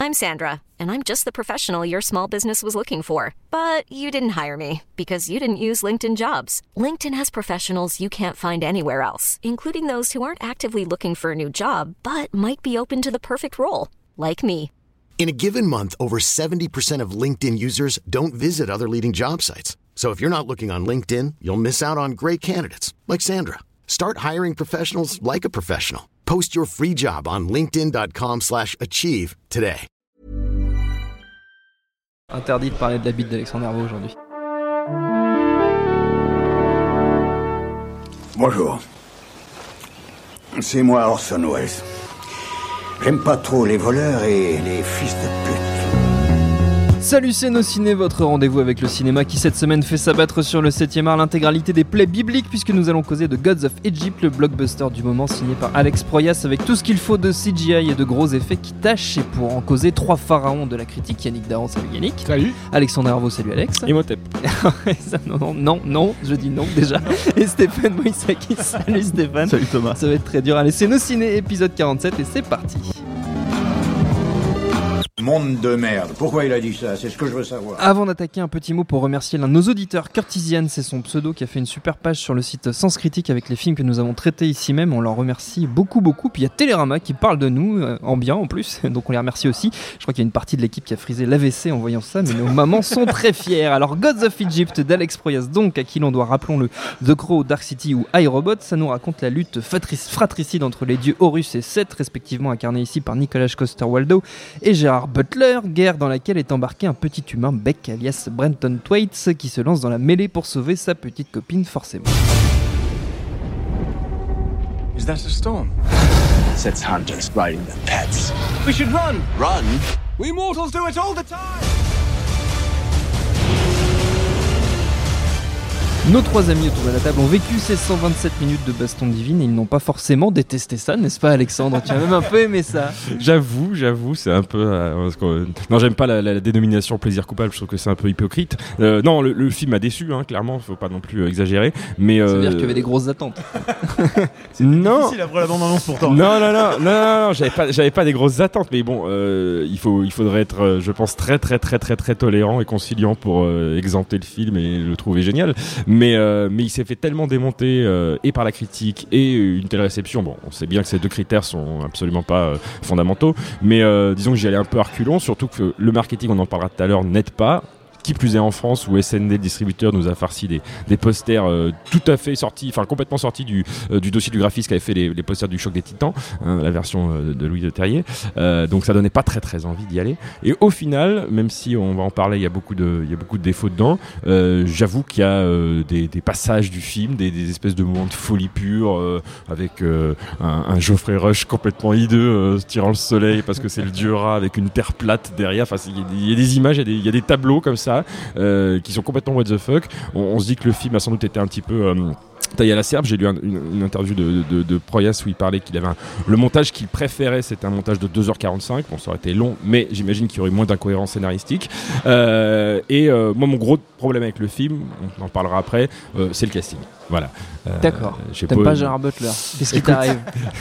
I'm Sandra, and I'm just the professional your small business was looking for. But you didn't hire me because you didn't use LinkedIn Jobs. LinkedIn has professionals you can't find anywhere else, including those who aren't actively looking for a new job, but might be open to the perfect role, like me. In a given month, over 70% of LinkedIn users don't visit other leading job sites. So if you're not looking on LinkedIn, you'll miss out on great candidates like Sandra. Start hiring professionals like a professional. Post your free job on linkedin.com/achieve today. Interdit de parler de la bite d'Alexandre Herveau aujourd'hui. Bonjour. C'est moi Orson Welles. J'aime pas trop les voleurs et les fils de pute. Salut, c'est Nos Ciné, votre rendez-vous avec le cinéma qui cette semaine fait s'abattre sur le 7e art l'intégralité des plaies bibliques, puisque nous allons causer de Gods of Egypt, le blockbuster du moment signé par Alex Proyas avec tout ce qu'il faut de CGI et de gros effets qui tâchent. Et pour en causer, 3 pharaons de la critique, Yannick Dahan, salut Yannick. Salut. Alexandre Herveau, salut Alex. Et Motep. non, je dis non déjà. Et Stéphane Moïsaki, salut Stéphane. Salut Thomas. Ça va être très dur. Allez, c'est Nos Ciné, épisode 47 et c'est parti. Monde de merde. Pourquoi il a dit ça? C'est ce que je veux savoir. Avant d'attaquer, un petit mot pour remercier l'un de nos auditeurs, Curtisian, c'est son pseudo, qui a fait une super page sur le site Sens Critique avec les films que nous avons traités ici même. On leur remercie beaucoup. Puis il y a Télérama qui parle de nous, en bien en plus, donc on les remercie aussi. Je crois qu'il y a une partie de l'équipe qui a frisé l'AVC en voyant ça, mais nos mamans sont très fières. Alors Gods of Egypt d'Alex Proyas, donc, à qui l'on doit, rappelons-le, The Crow, Dark City ou iRobot, ça nous raconte la lutte fratricide entre les dieux Horus et Seth, respectivement incarnés ici par Nicolas Coster-Waldau et Gerard Butler, guerre dans laquelle est embarqué un petit humain, Beck alias Brenton Thwaites, qui se lance dans la mêlée pour sauver sa petite copine forcément. Is that a storm? Seth's hunters riding their pets. We should run! Run? We mortals do it all the time! Nos 3 amis autour de la table ont vécu ces 127 minutes de baston divine et ils n'ont pas forcément détesté ça, n'est-ce pas Alexandre? Tu as même un peu aimé ça. J'avoue, c'est un peu... non, j'aime pas la dénomination plaisir coupable, je trouve que c'est un peu hypocrite. Non, le film m'a déçu, hein, clairement, faut pas non plus exagérer. Mais, ça veut dire qu'il y avait des grosses attentes. C'est difficile après la bande-annonce pourtant. Non, j'avais pas des grosses attentes, mais bon, il faudrait être, je pense, très tolérant et conciliant pour exempter le film et le trouver génial. Mais il s'est fait tellement démonter et par la critique et une telle réception. Bon, on sait bien que ces 2 critères sont absolument pas fondamentaux, mais disons que j'y allais un peu à reculons, surtout que le marketing, on en parlera tout à l'heure, n'aide pas. Qui plus est en France, où SND, le distributeur, nous a farci des posters tout à fait sortis, enfin complètement sortis du dossier du graphiste qui avait fait les posters du Choc des Titans, hein, la version de Louis de Terrier. Donc ça donnait pas très envie d'y aller. Et au final, même si on va en parler, il y a beaucoup de défauts dedans. J'avoue qu'il y a des passages du film, des espèces de moments de folie pure, avec un Geoffrey Rush complètement hideux tirant le soleil parce que c'est le dieu rat avec une terre plate derrière. Enfin, il y a des images, il y a des tableaux comme ça. Qui sont complètement what the fuck. On se dit que le film a sans doute été un petit peu taillé à la serbe. J'ai lu une interview de Proyas où il parlait qu'il avait le montage qu'il préférait, c'était un montage de 2h45. Bon, ça aurait été long, mais j'imagine qu'il y aurait moins d'incohérences scénaristiques. Moi, mon gros problème avec le film, on en parlera après, c'est le casting. Voilà. D'accord. T'aimes pas Gerard Butler? Qu'est-ce qui t'arrive?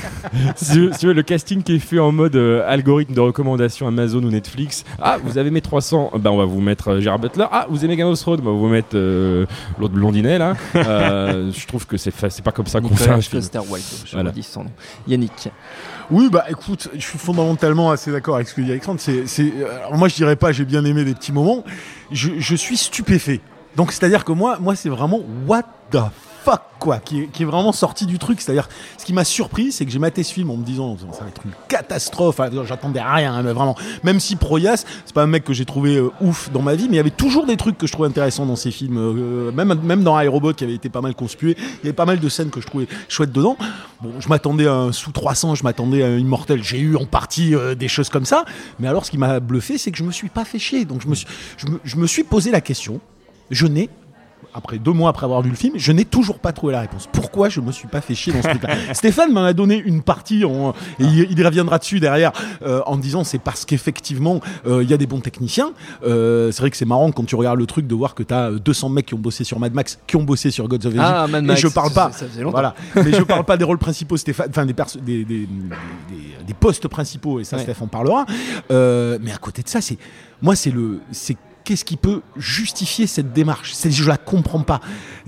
si tu veux, le casting qui est fait en mode algorithme de recommandation Amazon ou Netflix. Ah, vous avez mes 300, on va vous mettre Gerard Butler. Ah, vous aimez Game of Thrones, on va vous mettre l'autre blondinet là. Je trouve que c'est pas comme ça qu'on fait un film. Je redis son nom. Yannick. Oui, écoute, je suis fondamentalement assez d'accord avec ce que dit Alexandre. Alors moi, je dirais pas j'ai bien aimé des petits moments. Je suis stupéfait. Donc, c'est-à-dire que moi, c'est vraiment what the fuck, quoi, qui est vraiment sorti du truc. C'est-à-dire, ce qui m'a surpris, c'est que j'ai maté ce film en me disant ça va être une catastrophe. Enfin, j'attendais rien, hein, mais vraiment. Même si Proyas, c'est pas un mec que j'ai trouvé ouf dans ma vie, mais il y avait toujours des trucs que je trouvais intéressants dans ces films. Même dans iRobot, qui avait été pas mal conspué, il y avait pas mal de scènes que je trouvais chouettes dedans. Bon, je m'attendais à un sous 300, je m'attendais à un Immortel. J'ai eu en partie des choses comme ça. Mais alors, ce qui m'a bluffé, c'est que je me suis pas fait chier. Donc, je me suis posé la question. Je n'ai après 2 mois après avoir vu le film, je n'ai toujours pas trouvé la réponse. Pourquoi je me suis pas fait chier dans ce truc-là? Stéphane m'en a donné une partie, et il reviendra dessus derrière, en disant c'est parce qu'effectivement il y a des bons techniciens. C'est vrai que c'est marrant quand tu regardes le truc de voir que tu as 200 mecs qui ont bossé sur Mad Max, qui ont bossé sur Gods of Egypt. Ah, Mad Max, et je parle pas. Ça faisait longtemps. Voilà. Mais je parle pas des rôles principaux, Stéphane, enfin des postes principaux, et ça, Steph en parlera. Mais à côté de ça, c'est qu'est-ce qui peut justifier cette démarche? Je la comprends pas.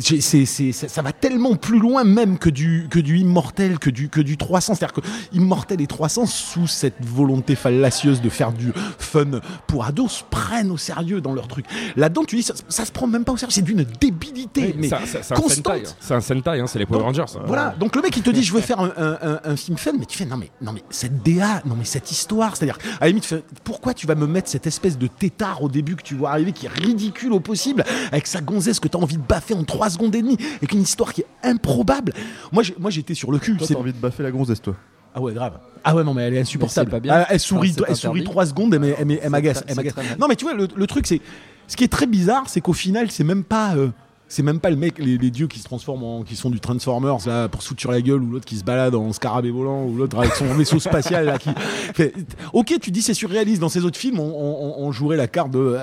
Ça va tellement plus loin même que du Immortel, que du 300. C'est-à-dire que Immortel et 300, sous cette volonté fallacieuse de faire du fun pour ados, se prennent au sérieux dans leur truc. Là-dedans, tu dis, ça se prend même pas au sérieux. C'est d'une débilité, mais constante. C'est un Sentai, c'est les Power Rangers. Voilà. Donc le mec, il te dit, je veux faire un film fun, mais tu fais, non mais cette DA, non mais cette histoire, c'est-à-dire, à la limite, pourquoi tu vas me mettre cette espèce de tétard au début que tu vois arriver, qui est ridicule au possible, avec sa gonzesse que t'as envie de baffer en 3 secondes et demie, avec une histoire qui est improbable. Moi j'étais sur le cul. Toi, t'as envie de baffer la gonzesse, toi? Ah ouais, grave. Ah ouais, non, mais elle est insupportable. Pas bien. Elle sourit 3 secondes, elle m'agace. Non, mais tu vois, le truc, c'est. Ce qui est très bizarre, c'est qu'au final, c'est même pas le mec, les dieux qui se transforment qui sont du Transformers là, pour se foutre sur la gueule, ou l'autre qui se balade en scarabée volant, ou l'autre avec son vaisseau spatial là, qui fait. Ok, tu dis c'est surréaliste. Dans ces autres films, on jouerait la carte de.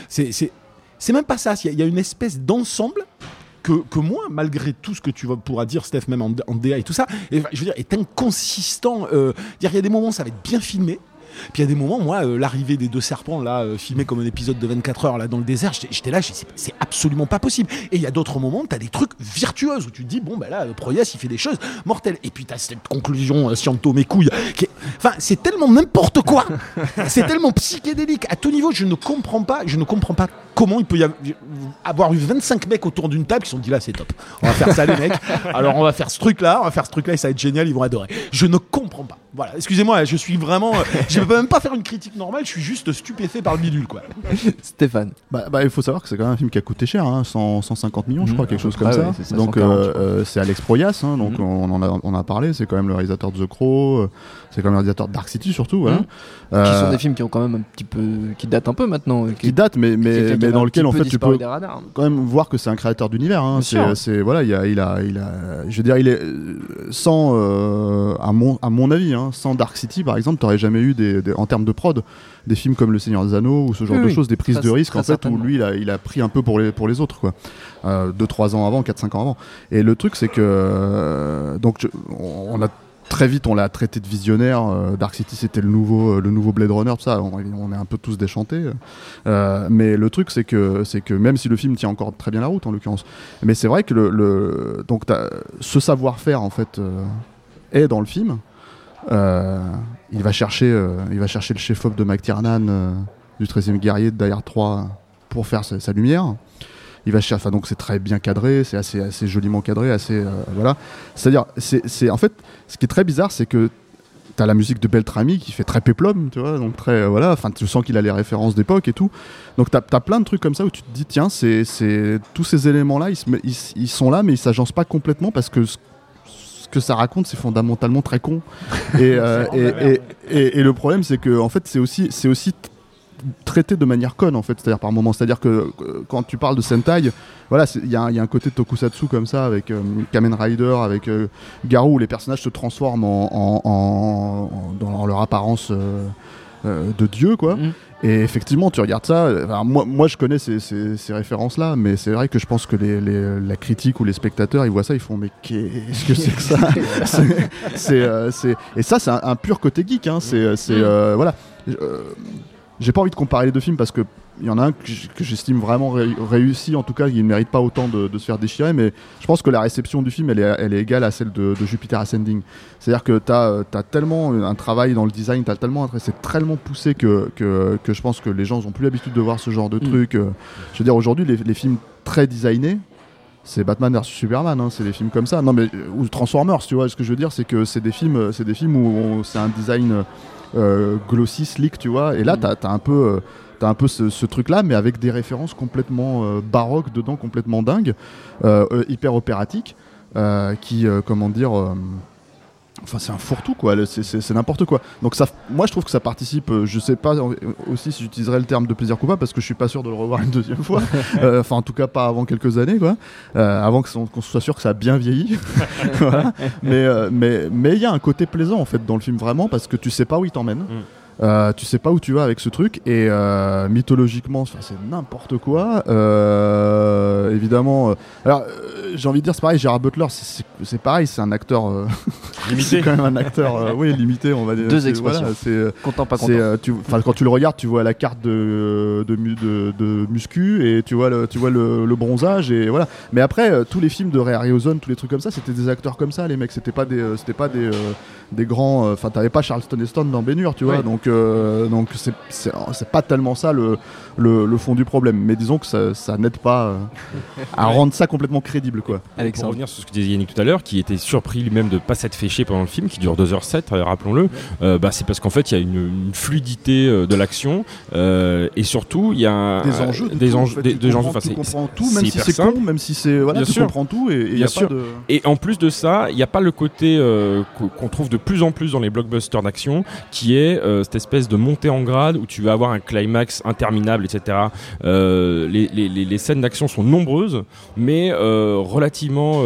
C'est même pas ça. Il y a une espèce d'ensemble que moi, malgré tout ce que tu pourras dire, Steph, même en DA et tout ça, je veux dire, est inconsistant. Il y a des moments, ça va être bien filmé. Puis il y a des moments, moi, l'arrivée des 2 serpents, là, filmé comme un épisode de 24 heures, là, dans le désert, j'étais là, c'est absolument pas possible. Et il y a d'autres moments, t'as des trucs virtuoses, où tu te dis, bon, bah là, Proyas, il fait des choses mortelles. Et puis t'as cette conclusion, Sciento, mes couilles, enfin, c'est tellement n'importe quoi. C'est tellement psychédélique. À tout niveau, je ne comprends pas comment il peut y avoir eu 25 mecs autour d'une table qui se sont dit, là, c'est top. On va faire ça, les mecs. Alors, on va faire ce truc-là, et ça va être génial, ils vont adorer. Je ne comprends pas. Voilà, excusez-moi, je suis vraiment. Je peux même pas faire une critique normale, je suis juste stupéfait par le bidule, quoi. Stéphane. Il faut savoir que c'est quand même un film qui a coûté cher, 150 millions, je crois, quelque chose comme ça. Ouais, c'est donc, c'est Alex Proyas, donc on a parlé, c'est quand même le réalisateur de The Crow, c'est quand même le réalisateur de Dark City, surtout. Voilà. Qui sont des films qui ont quand même un petit peu. Qui datent un peu maintenant. Qui datent, mais dans lequel, en fait, tu peux quand même voir que c'est un créateur d'univers. Voilà, il a. Je veux dire, il est. Sans. À mon avis, sans Dark City, par exemple, t'aurais jamais eu en termes de prod, des films comme Le Seigneur des Anneaux ou ce genre de choses, des prises de risques en fait, où lui il a pris un peu pour les autres, quoi. 2-3 ans avant, 4-5 ans avant. Et le truc, c'est que on a très vite, on l'a traité de visionnaire. Dark City, c'était le nouveau Blade Runner, tout ça. On est un peu tous déchantés. Mais le truc, c'est que même si le film tient encore très bien la route, en l'occurrence, mais c'est vrai que donc ce savoir-faire en fait est dans le film. Il va chercher le chef-op de McTiernan, du 13e guerrier de Die Hard 3 pour faire sa lumière. Il va chercher, donc c'est très bien cadré, c'est assez joliment cadré, voilà. C'est-à-dire, c'est en fait, ce qui est très bizarre, c'est que t'as la musique de Beltrami qui fait très péplum, tu vois, donc très voilà. Enfin, tu sens qu'il a les références d'époque et tout. Donc t'as plein de trucs comme ça où tu te dis tiens, c'est tous ces éléments-là, ils sont là, mais ils s'agencent pas complètement parce que ce que ça raconte, c'est fondamentalement très con. Et le problème, c'est que en fait, c'est aussi traité de manière conne, en fait, c'est-à-dire par moment. C'est-à-dire que quand tu parles de Sentai, voilà, il y a un côté tokusatsu comme ça, avec Kamen Rider, avec Garou, où les personnages se transforment dans leur apparence de dieu, quoi. Et effectivement, tu regardes ça. Moi, je connais ces références-là, mais c'est vrai que je pense que la critique ou les spectateurs, ils voient ça, ils font mais qu'est-ce que c'est que ça Et ça, c'est un pur côté geek. Voilà. J'ai pas envie de comparer les deux films parce que il y en a un que j'estime vraiment réussi, en tout cas, il ne mérite pas autant de se faire déchirer, mais je pense que la réception du film, elle est égale à celle de Jupiter Ascending. C'est-à-dire que t'as tellement un travail dans le design, c'est tellement poussé que je pense que les gens n'ont plus l'habitude de voir ce genre de truc. Je veux dire, aujourd'hui, les films très designés, c'est Batman vs Superman, c'est des films comme ça. Non, mais ou Transformers, tu vois. Ce que je veux dire, c'est que c'est des films où c'est un design glossy, slick, tu vois. Et là, t'as un peu ce truc-là, mais avec des références complètement baroques dedans, complètement dingues, hyper opératiques, qui, comment dire, Enfin, c'est un fourre-tout, quoi. C'est n'importe quoi. Donc ça, moi, je trouve que ça participe. Je sais pas aussi si j'utiliserais le terme de plaisir coupable parce que je suis pas sûr de le revoir une deuxième fois. Enfin, en tout cas, pas avant quelques années, quoi. Avant qu'on soit sûr que ça a bien vieilli. Voilà. Mais il y a un côté plaisant en fait dans le film vraiment parce que tu sais pas où il t'emmène. Tu sais pas où tu vas avec ce truc et mythologiquement c'est n'importe quoi évidemment alors j'ai envie de dire c'est pareil, Gerard Butler c'est pareil, c'est un acteur limité. C'est quand même un acteur oui limité, on va dire. Deux expressions, voilà, c'est content pas content. Quand tu le regardes tu vois la carte de muscu et tu vois le bronzage et voilà, mais après tous les films de Ray Harryhausen, tous les trucs comme ça, c'était des acteurs comme ça, les mecs, c'était pas des grands, enfin t'avais pas Charlton Heston dans Ben-Hur, tu vois, donc c'est pas tellement ça le fond du problème, mais disons que ça n'aide pas à rendre ça complètement crédible, quoi. Pour revenir sur ce que disait Yannick tout à l'heure, qui était surpris lui-même de pas s'être fait chier pendant le film, qui dure 2h07, rappelons-le, c'est parce qu'en fait il y a une fluidité de l'action et surtout il y a des enjeux, tu comprends tout, même si c'est con, même si c'est voilà, tu comprends tout et il y a pas de... Et en plus de ça, il n'y a pas le côté qu'on trouve de plus en plus dans les blockbusters d'action, qui est cette espèce de montée en grade où tu vas avoir un climax interminable, etc. Les scènes d'action sont nombreuses, mais relativement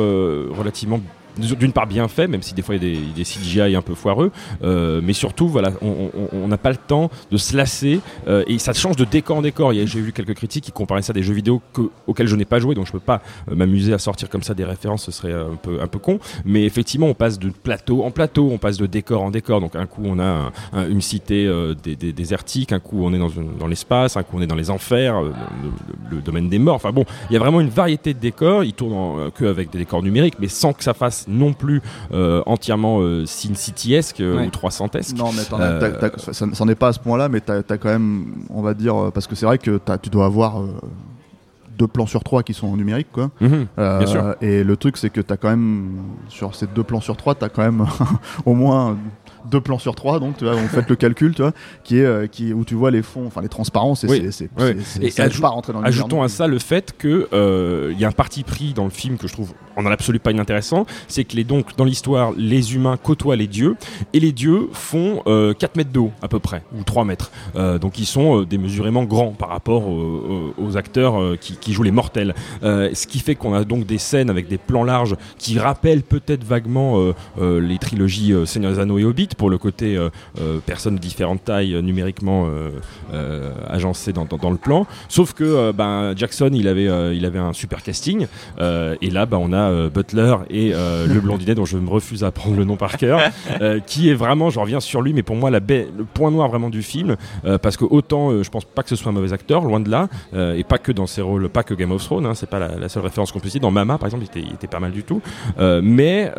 d'une part bien fait, même si des fois il y a des CGI un peu foireux, mais surtout voilà, on n'a pas le temps de se lasser et ça change de décor en décor. J'ai vu quelques critiques qui comparaient ça à des jeux vidéo auxquels je n'ai pas joué, donc je peux pas m'amuser à sortir comme ça des références, ce serait un peu con, mais effectivement on passe de plateau en plateau, on passe de décor en décor, donc un coup on a une cité désertique, un coup on est dans l'espace, un coup on est dans les enfers, le domaine des morts, enfin bon, il y a vraiment une variété de décors, ils tournent que avec des décors numériques, mais sans que ça fasse non plus entièrement Sin City-esque ou 300-esque. Non, mais ça n'en est pas à ce point-là, mais t'as quand même, on va dire, parce que c'est vrai que tu dois avoir 2 plans sur 3 qui sont en numérique, quoi. Bien sûr. Et le truc, c'est que t'as quand même, sur ces 2 plans sur 3, t'as quand même au moins 2 plans sur 3, donc tu vois, on fait le calcul, tu vois, où tu vois les fonds, enfin les transparences, et ça aide pas à rentrer dans le ajoutons à ça le fait que y a un parti pris dans le film que je trouve en absolu pas inintéressant, c'est que donc dans l'histoire les humains côtoient les dieux et les dieux font 4 mètres de haut à peu près, ou 3 mètres, donc ils sont démesurément grands par rapport aux acteurs qui jouent les mortels, ce qui fait qu'on a donc des scènes avec des plans larges qui rappellent peut-être vaguement les trilogies Seigneur des Anneaux et Hobbit, pour le côté personnes de différentes tailles numériquement agencées dans le plan, sauf que Jackson il avait un super casting, et là on a Butler et le blondinet dont je me refuse à prendre le nom par cœur, qui est vraiment, je reviens sur lui, mais pour moi le point noir vraiment du film, parce que autant je pense pas que ce soit un mauvais acteur, loin de là, et pas que dans ses rôles, pas que Game of Thrones, hein, c'est pas la seule référence qu'on puisse dire. Dans Mama par exemple il était pas mal du tout, mais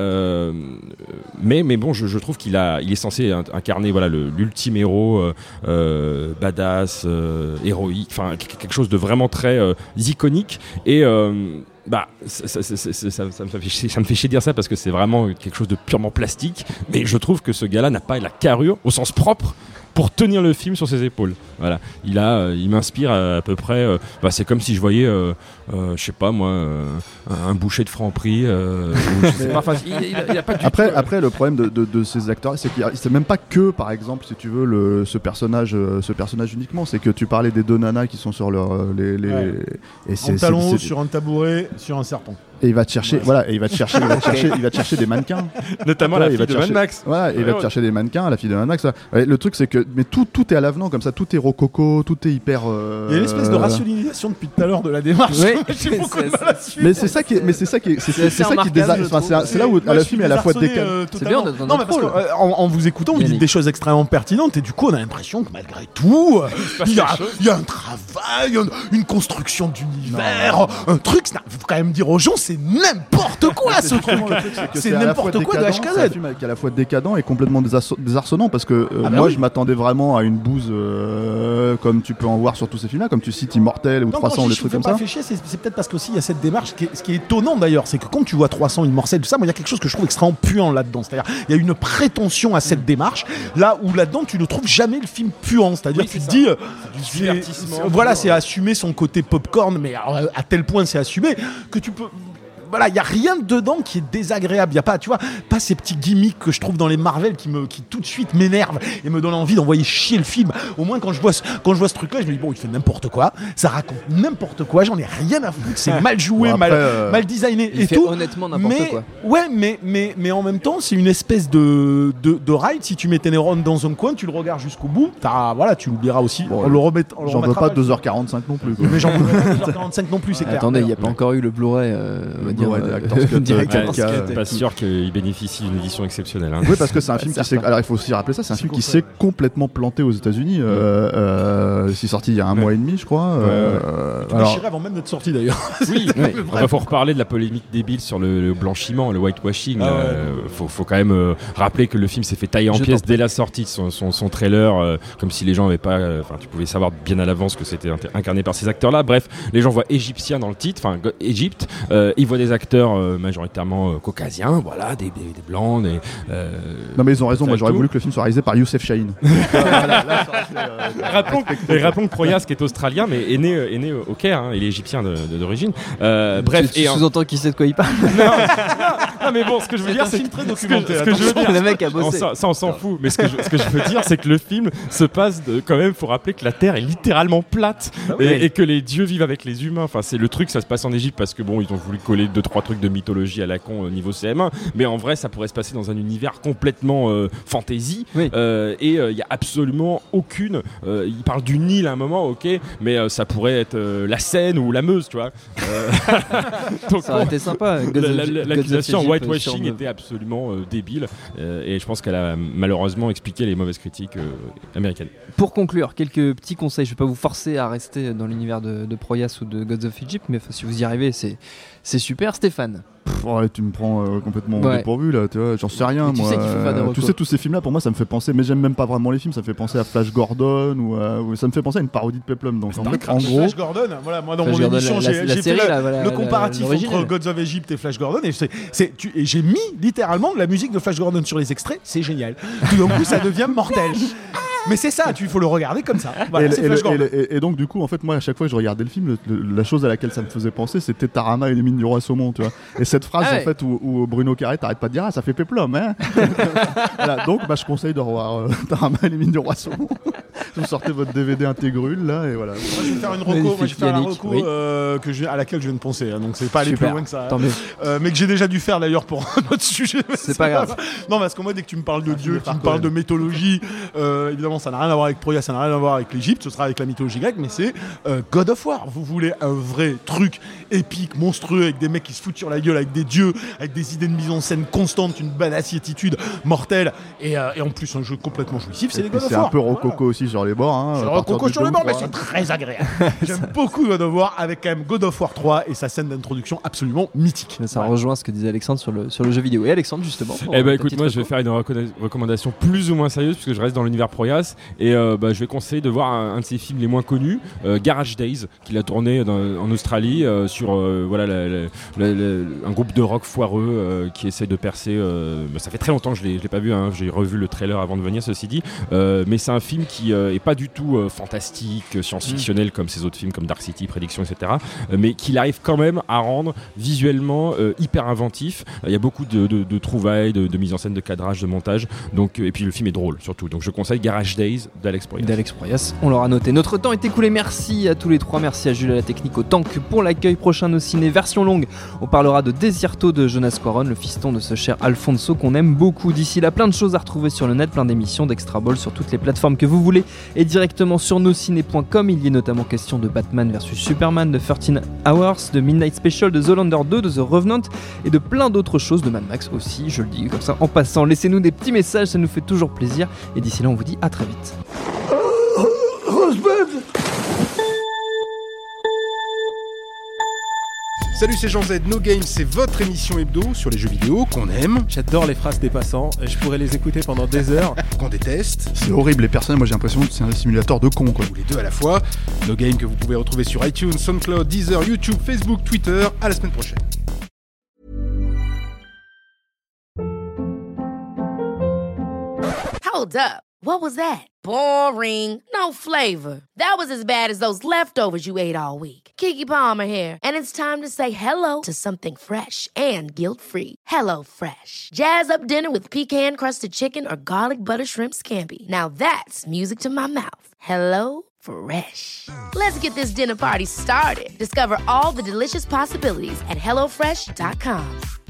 bon, je trouve qu'il est censé incarner voilà l'ultime héros, badass, héroïque, enfin quelque chose de vraiment très iconique, et ça me fait chier de dire ça parce que c'est vraiment quelque chose de purement plastique, mais je trouve que ce gars-là n'a pas la carrure au sens propre pour tenir le film sur ses épaules. Voilà, il m'inspire à peu près. C'est comme si je voyais, je sais pas moi, un boucher de Franprix. Il a pas du tout. Après, le problème de ces acteurs, c'est qu'il c'est même pas que, par exemple, si tu veux, ce personnage uniquement. C'est que tu parlais des 2 nanas qui sont sur et en talons hauts sur un tabouret, sur un serpent. Et il va te chercher, voilà, et il va te chercher des mannequins, notamment la fille de Mad Max. Voilà, il va te chercher des mannequins, la fille de Mad Max. Le truc, c'est que, mais tout est à l'avenant comme ça, tout est rococo, tout est hyper. Il y a une espèce de rationalisation depuis tout à l'heure de la démarche. Mais c'est ça qui c'est là où le film est à la fois décalé. C'est bien d'être dans parce que en vous écoutant, vous dites des choses extrêmement pertinentes et du coup, on a l'impression que malgré tout, il y a un travail, une construction d'univers, un truc. Il faut quand même dire aux gens, c'est n'importe quoi ce truc. C'est n'importe quoi de HKZ. C'est un film qui est à la fois décadent et complètement désarçonnant, parce que moi je m'attendais vraiment à une bouse comme tu peux en voir sur tous ces films-là, comme tu cites Immortel ou 300 ou des trucs comme ça. C'est peut-être parce qu'aussi il y a cette démarche. Ce qui est étonnant d'ailleurs, c'est que quand tu vois 300 Immortel, tout ça, moi il y a quelque chose que je trouve extrêmement puant là-dedans. C'est-à-dire il y a une prétention à cette démarche là où là-dedans tu ne trouves jamais le film puant. C'est-à-dire tu te dis voilà, c'est assumer son côté popcorn, mais à tel point c'est assumé que tu peux. voilà, il y a rien dedans qui est désagréable. Il y a pas, tu vois, pas ces petits gimmicks que je trouve dans les Marvel qui tout de suite m'énervent et me donnent envie d'envoyer chier le film. Au moins quand je vois ce truc-là, je me dis bon, il fait n'importe quoi, ça raconte n'importe quoi, j'en ai rien à foutre, c'est mal joué, bon, après, mal designé il et fait tout. Honnêtement n'importe quoi. Ouais, mais en même temps, c'est une espèce de ride. Si tu mets tes neurones dans un coin, tu le regardes jusqu'au bout. Voilà, tu l'oublieras aussi. Bon, j'en veux pas 2h45 non plus. Quoi. Mais j'en veux pas 2h45 non plus, c'est clair. Attendez, il n'y a pas encore eu le Blu-ray. Pas sûr qu'il bénéficie d'une édition exceptionnelle. Oui, parce que c'est un film qui s'est. Alors il faut aussi rappeler ça, c'est un film qui s'est complètement planté aux États-Unis. C'est sorti il y a un mois et demi, je crois. Déchiré avant même d'être sorti d'ailleurs. Oui, il faut reparler de la polémique débile sur le blanchiment, le whitewashing. Faut quand même rappeler que le film s'est fait tailler en pièces dès la sortie de son trailer, comme si les gens n'avaient pas. Tu pouvais savoir bien à l'avance que c'était incarné par ces acteurs-là. Bref, les gens voient égyptien dans le titre, enfin Égypte. Ils voient des acteurs majoritairement caucasiens, voilà, des blancs. Non mais ils ont raison. Moi j'aurais voulu que le film soit réalisé par Youssef Chahine. Rappelons que Proyas, qui est australien, mais est né au Caire. Hein, il est égyptien d'origine. Bref, tu sous-entends qui sait de quoi il parle. Non, mais bon, ce que je veux dire, c'est très documenté. Ce que je veux dire, le mec a bossé. Ça, on s'en fout. Mais ce que je veux dire, c'est que le film se passe quand même. Faut rappeler que la Terre est littéralement plate et que les dieux vivent avec les humains. Enfin, c'est le truc. Ça se passe en Égypte parce que bon, ils ont voulu coller 2-3 trucs de mythologie à la con au niveau CM1. Mais en vrai, ça pourrait se passer dans un univers complètement fantasy. Oui. Et il y a absolument aucune. Il parle du Nil à un moment, ok, mais ça pourrait être la Seine ou la Meuse, tu vois. Donc, ça aurait été sympa. L'accusation whitewashing était absolument débile et je pense qu'elle a malheureusement expliqué les mauvaises critiques américaines. Pour conclure, quelques petits conseils. Je ne vais pas vous forcer à rester dans l'univers de Proyas ou de Gods of Egypt, mais si vous y arrivez, c'est super. Stéphane. Ouais, tu me prends complètement dépourvu là, tu vois, j'en sais rien. Tu moi. Sais qu'il faut faire des recours. Tu sais, tous ces films là pour moi ça me fait penser, mais j'aime même pas vraiment les films, ça me fait penser à Flash Gordon ou ça me fait penser à une parodie de Peplum. Donc en gros, Flash Gordon, voilà, moi dans mon émission j'ai fait le comparatif entre Gods of Egypt et Flash Gordon et j'ai mis littéralement de la musique de Flash Gordon sur les extraits, c'est génial. Tout d'un coup ça devient mortel. Mais c'est ça, il faut le regarder comme ça. Voilà, et donc du coup, en fait, moi à chaque fois que je regardais le film, la chose à laquelle ça me faisait penser, c'était Tarama et les mines du roi saumon, tu vois. Et cette phrase en fait où Bruno Carré t'arrête pas de dire ça fait péplum, hein. Voilà, donc je conseille de revoir Tarama et les mines du roi saumon. Vous sortez votre DVD intégrule là et voilà. Moi je vais faire une reco, la reco à laquelle je viens de penser, hein, donc c'est pas aller plus loin que ça. Mais que j'ai déjà dû faire d'ailleurs pour un autre sujet. C'est pas grave. Non, parce que moi dès que tu me parles de Dieu, tu me parles de mythologie, évidemment ça n'a rien à voir avec Proyas, ça n'a rien à voir avec l'Égypte, ce sera avec la mythologie grecque, mais c'est God of War. Vous voulez un vrai truc épique, monstrueux, avec des mecs qui se foutent sur la gueule, avec des dieux, avec des idées de mise en scène constante, une badassiétude mortelle, et en plus un jeu complètement jouissif, c'est les God of War. C'est un peu rococo aussi sur les bords. Hein, c'est rococo sur les bords, mais c'est très agréable. J'aime beaucoup God of War, avec quand même God of War 3 et sa scène d'introduction absolument mythique. Ça rejoint ce que disait Alexandre sur le jeu vidéo. Et Alexandre, justement. Écoute, moi je vais faire une recommandation plus ou moins sérieuse, puisque je reste dans l'univers Proyas, et je vais conseiller de voir un de ses films les moins connus, Garage Days, qu'il a tourné en Australie sur un groupe de rock foireux qui essaie de percer. Ça fait très longtemps que je l'ai pas vu, hein, j'ai revu le trailer avant de venir, ceci dit, mais c'est un film qui est pas du tout fantastique, science-fictionnel comme ses autres films comme Dark City, Prédiction, etc., mais qu'il arrive quand même à rendre visuellement hyper inventif. Il y a beaucoup de trouvailles, de mise en scène, de cadrage, de montage, donc, et puis le film est drôle surtout, donc je conseille Garage Days d'Alex Proyas. On l'aura noté. Notre temps est écoulé, merci à tous les trois, merci à Jules à la technique, au tank pour l'accueil. Prochain nos ciné version longue, on parlera de Desierto de Jonas Cuaron, le fiston de ce cher Alfonso qu'on aime beaucoup. D'ici là, plein de choses à retrouver sur le net, plein d'émissions d'Extra Ball sur toutes les plateformes que vous voulez et directement sur nosciné.com. Il y est notamment question de Batman vs Superman, de 13 Hours, de Midnight Special, de Zoolander 2, de The Revenant et de plein d'autres choses, de Mad Max aussi, je le dis comme ça en passant. Laissez-nous des petits messages, ça nous fait toujours plaisir et d'ici là on vous dit à très vite. Salut, c'est Jean Z, No Game, c'est votre émission hebdo sur les jeux vidéo qu'on aime. J'adore les phrases des passants, je pourrais les écouter pendant des heures. Qu'on déteste. C'est horrible, les personnes, moi j'ai l'impression que c'est un simulateur de con, quoi. Ou les deux à la fois. No Game que vous pouvez retrouver sur iTunes, SoundCloud, Deezer, YouTube, Facebook, Twitter. À la semaine prochaine. Hold up. What was that? Boring. No flavor. That was as bad as those leftovers you ate all week. Keke Palmer here, and it's time to say hello to something fresh and guilt-free. Hello Fresh. Jazz up dinner with pecan-crusted chicken or garlic butter shrimp scampi. Now that's music to my mouth. Hello Fresh. Let's get this dinner party started. Discover all the delicious possibilities at HelloFresh.com.